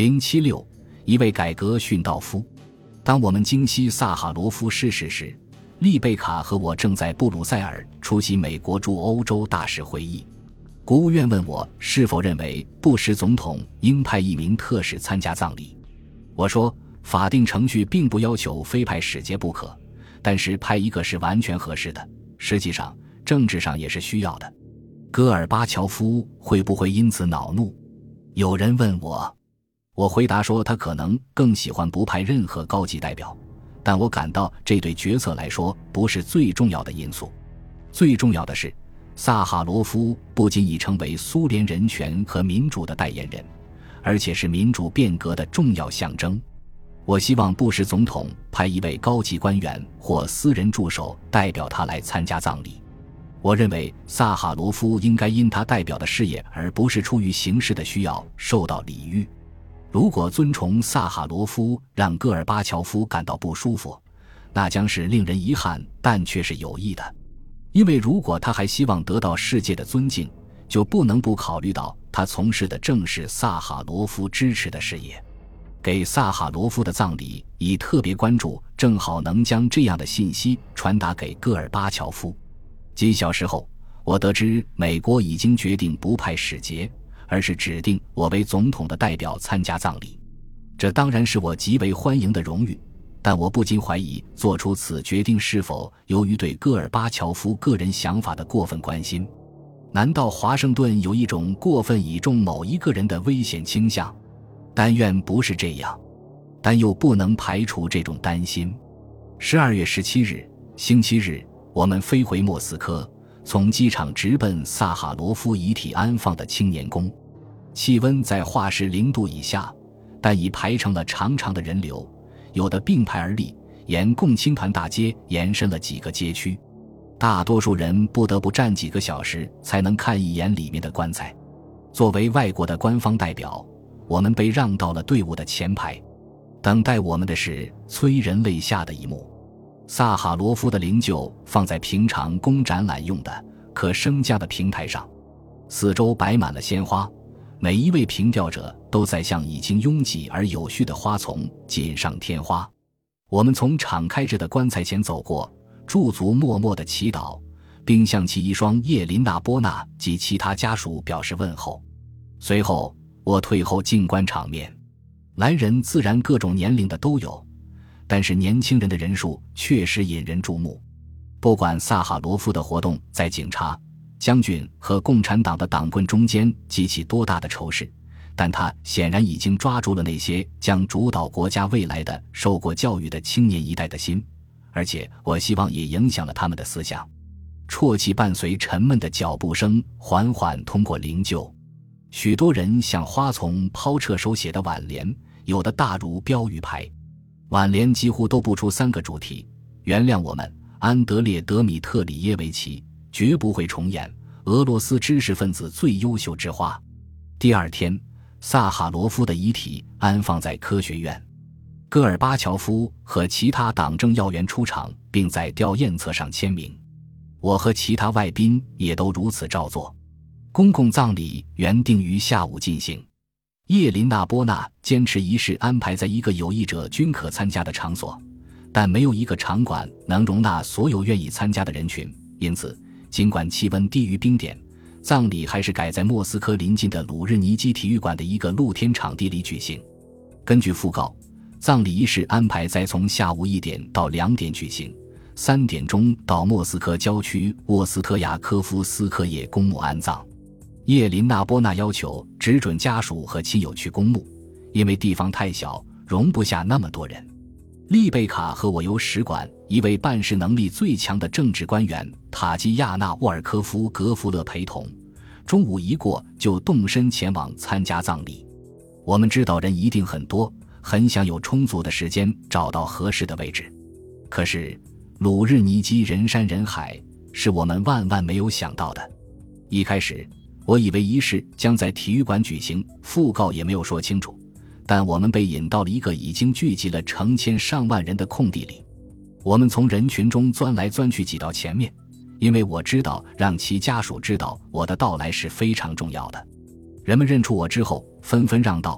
076一位改革殉道夫。当我们经悉萨哈罗夫逝世时，丽贝卡和我正在布鲁塞尔出席美国驻欧洲大使会议。国务院问我是否认为布什总统应派一名特使参加葬礼。我说，法定程序并不要求非派使节不可，但是派一个是完全合适的，实际上政治上也是需要的。戈尔巴乔夫会不会因此恼怒？有人问我，我回答说他可能更喜欢不派任何高级代表，但我感到这对决策来说不是最重要的因素。最重要的是，萨哈罗夫不仅已成为苏联人权和民主的代言人，而且是民主变革的重要象征。我希望布什总统派一位高级官员或私人助手代表他来参加葬礼。我认为萨哈罗夫应该因他代表的事业而不是出于形式的需要受到礼遇。如果尊崇萨哈罗夫让戈尔巴乔夫感到不舒服，那将是令人遗憾但却是有益的。因为如果他还希望得到世界的尊敬，就不能不考虑到他从事的正是萨哈罗夫支持的事业。给萨哈罗夫的葬礼以特别关注，正好能将这样的信息传达给戈尔巴乔夫。几小时后，我得知美国已经决定不派使节，而是指定我为总统的代表参加葬礼。这当然是我极为欢迎的荣誉，但我不禁怀疑做出此决定是否由于对戈尔巴乔夫个人想法的过分关心。难道华盛顿有一种过分倚重某一个人的危险倾向？但愿不是这样，但又不能排除这种担心。12月17日，星期日，我们飞回莫斯科，从机场直奔萨哈罗夫遗体安放的青年宫。气温在华氏0度以下，但已排成了长长的人流，有的并排而立，沿共青团大街延伸了几个街区。大多数人不得不站几个小时才能看一眼里面的棺材。作为外国的官方代表，我们被让到了队伍的前排。等待我们的是催人泪下的一幕。萨哈罗夫的灵柩放在平常供展览用的可升降的平台上，四周摆满了鲜花，每一位凭吊者都在向已经拥挤而有序的花丛锦上添花。我们从敞开着的棺材前走过，驻足默默地祈祷，并向其一双叶琳娜·波娜及其他家属表示问候。随后我退后静观场面。来人自然各种年龄的都有，但是年轻人的人数确实引人注目。不管萨哈罗夫的活动在警察、将军和共产党的党棍中间激起多大的仇视，但他显然已经抓住了那些将主导国家未来的受过教育的青年一代的心，而且我希望也影响了他们的思想。啜泣伴随沉闷的脚步声缓缓通过灵柩，许多人向花丛抛撤手写的挽联，有的大如标语牌。挽联几乎都不出3个主题：原谅我们，安德烈·德米特里耶维奇，绝不会重演，俄罗斯知识分子最优秀之花。第二天，萨哈罗夫的遗体安放在科学院。戈尔巴乔夫和其他党政要员出场，并在吊唁册上签名。我和其他外宾也都如此照做。公共葬礼原定于下午进行，叶琳娜·波娜坚持仪式安排在一个有意者均可参加的场所，但没有一个场馆能容纳所有愿意参加的人群，因此尽管气温低于冰点，葬礼还是改在莫斯科邻近的鲁日尼基体育馆的一个露天场地里举行。根据讣告，葬礼仪式安排在从下午1点到2点举行，3点钟到莫斯科郊区沃斯特亚科夫斯克叶公墓安葬。叶琳娜·波娜要求只准家属和亲友去公墓，因为地方太小，容不下那么多人。丽贝卡和我由使馆一位办事能力最强的政治官员塔基亚娜·沃尔科夫格弗勒陪同，中午一过就动身前往参加葬礼。我们知道人一定很多，很想有充足的时间找到合适的位置。可是鲁日尼基人山人海，是我们万万没有想到的。一开始我以为仪式将在体育馆举行，讣告也没有说清楚，但我们被引到了一个已经聚集了成千上万人的空地里。我们从人群中钻来钻去挤到前面，因为我知道让其家属知道我的到来是非常重要的。人们认出我之后纷纷让道，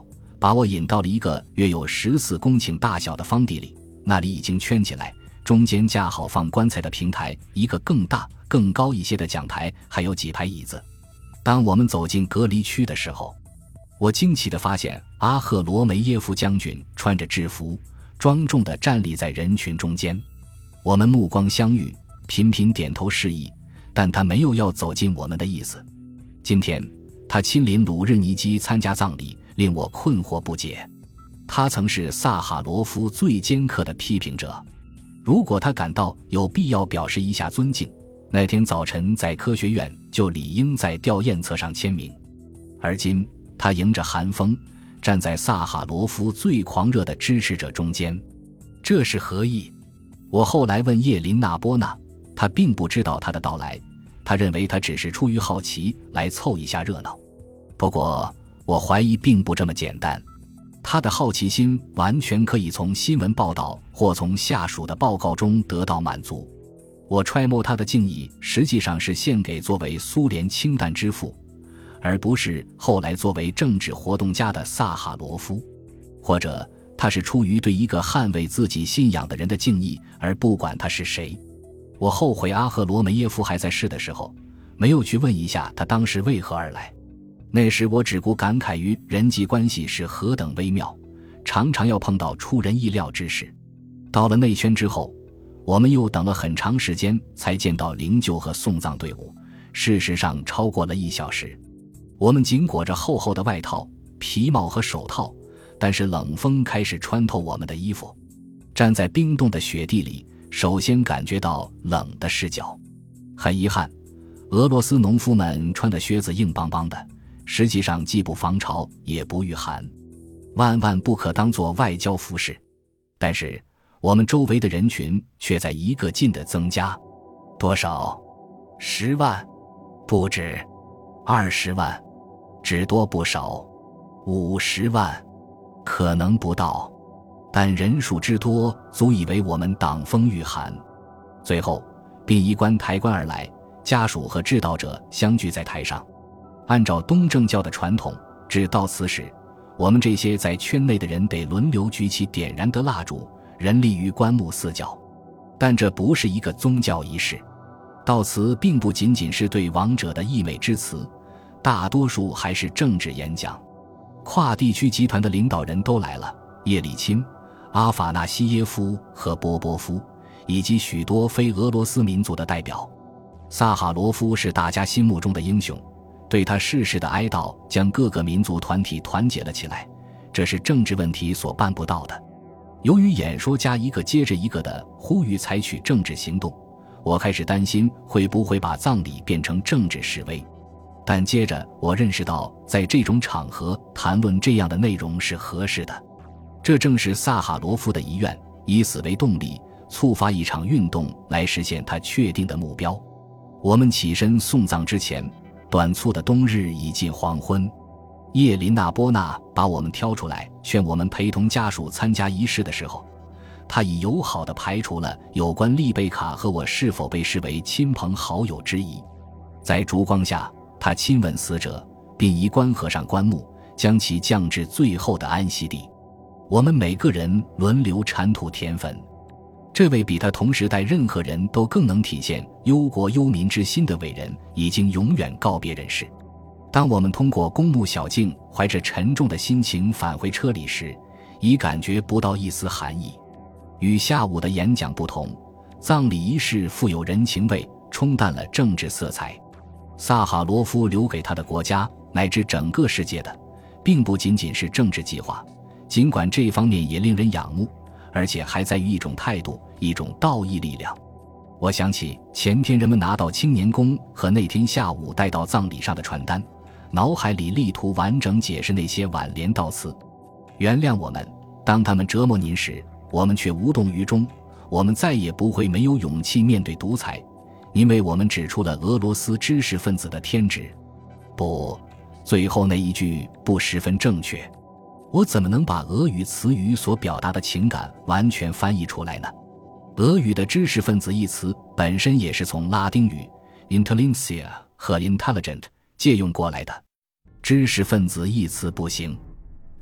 把我引到了一个约有14公顷大小的方地里，那里已经圈起来，中间架好放棺材的平台，一个更大更高一些的讲台，还有几排椅子。当我们走进隔离区的时候，我惊奇地发现阿赫罗梅耶夫将军穿着制服，庄重地站立在人群中间。我们目光相遇，频频点头示意，但他没有要走进我们的意思。今天他亲临鲁日尼基参加葬礼，令我困惑不解。他曾是萨哈罗夫最尖刻的批评者，如果他感到有必要表示一下尊敬，那天早晨在科学院就理应在吊唁册上签名。而今他迎着寒风，站在萨哈罗夫最狂热的支持者中间，这是何意？我后来问叶琳娜·波娜，他并不知道他的到来，他认为他只是出于好奇来凑一下热闹。不过我怀疑并不这么简单，他的好奇心完全可以从新闻报道或从下属的报告中得到满足。我揣摩他的敬意实际上是献给作为苏联氢弹之父，而不是后来作为政治活动家的萨哈罗夫，或者他是出于对一个捍卫自己信仰的人的敬意，而不管他是谁。我后悔阿赫罗梅耶夫还在世的时候没有去问一下他当时为何而来。那时我只顾感慨于人际关系是何等微妙，常常要碰到出人意料之事。到了内圈之后，我们又等了很长时间才见到灵柩和送葬队伍，事实上超过了1小时。我们紧裹着厚厚的外套、皮帽和手套，但是冷风开始穿透我们的衣服。站在冰冻的雪地里，首先感觉到冷的视角。很遗憾，俄罗斯农夫们穿的靴子硬邦邦的，实际上既不防潮也不御寒，万万不可当作外交服饰。但是我们周围的人群却在一个劲地增加。多少？10万？不止。20万？只多不少。50万？可能不到，但人数之多足以为我们挡风御寒。最后殡仪官抬棺而来，家属和致悼者相聚在台上。按照东正教的传统，至悼词时，我们这些在圈内的人得轮流举起点燃的蜡烛，人立于棺木4角。但这不是一个宗教仪式，悼词并不仅仅是对亡者的溢美之词，大多数还是政治演讲。跨地区集团的领导人都来了，叶利钦、阿法纳西耶夫和波波夫，以及许多非俄罗斯民族的代表。萨哈罗夫是大家心目中的英雄，对他逝世的哀悼将各个民族团体团结了起来，这是政治问题所办不到的。由于演说家一个接着一个的呼吁采取政治行动，我开始担心会不会把葬礼变成政治示威。但接着我认识到，在这种场合谈论这样的内容是合适的。这正是萨哈罗夫的遗愿，以此为动力，触发一场运动来实现他确定的目标。我们起身送葬之前，短促的冬日已近黄昏。叶琳娜·波娜把我们挑出来，劝我们陪同家属参加仪式的时候，他已友好地排除了有关丽贝卡和我是否被视为亲朋好友之疑。在烛光下，他亲吻死者，殡仪官合上棺木，将其降至最后的安息地。我们每个人轮流铲土填坟。这位比他同时代任何人都更能体现忧国忧民之心的伟人已经永远告别人世。当我们通过公墓小径怀着沉重的心情返回车里时，已感觉不到一丝寒意。与下午的演讲不同，葬礼仪式富有人情味，冲淡了政治色彩。萨哈罗夫留给他的国家乃至整个世界的并不仅仅是政治计划，尽管这方面也令人仰慕，而且还在于一种态度，一种道义力量。我想起前天人们拿到青年宫和那天下午带到葬礼上的传单，脑海里力图完整解释那些挽联悼词。原谅我们，当他们折磨您时，我们却无动于衷。我们再也不会没有勇气面对独裁，因为我们指出了俄罗斯知识分子的天职。不，最后那一句不十分正确。我怎么能把俄语词语所表达的情感完全翻译出来呢？俄语的知识分子一词本身也是从拉丁语 intelligentsia 和 intelligent 借用过来的。知识分子一词不行。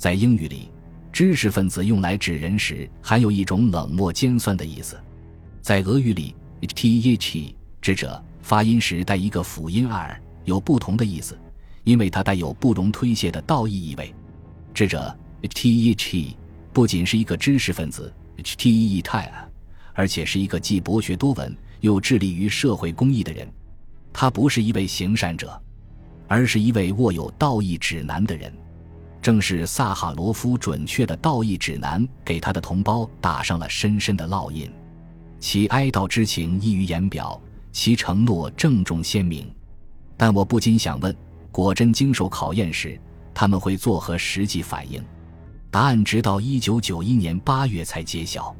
在英语里，知识分子用来指人时含有一种冷漠尖酸的意思。在俄语里 th 智者发音时带一个辅音 r 有不同的意思，因为它带有不容推卸的道义意味。智者 th 不仅是一个知识分子 hteh， 而且是一个既博学多闻又致力于社会公益的人。他不是一位行善者，而是一位握有道义指南的人。正是萨哈罗夫准确的道义指南给他的同胞打上了深深的烙印，其哀悼之情溢于言表，其承诺郑重鲜明。但我不禁想问，果真经受考验时，他们会作何实际反应？答案直到1991年8月才揭晓。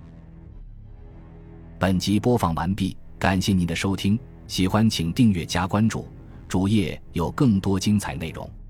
本集播放完毕，感谢您的收听，喜欢请订阅加关注，主页有更多精彩内容。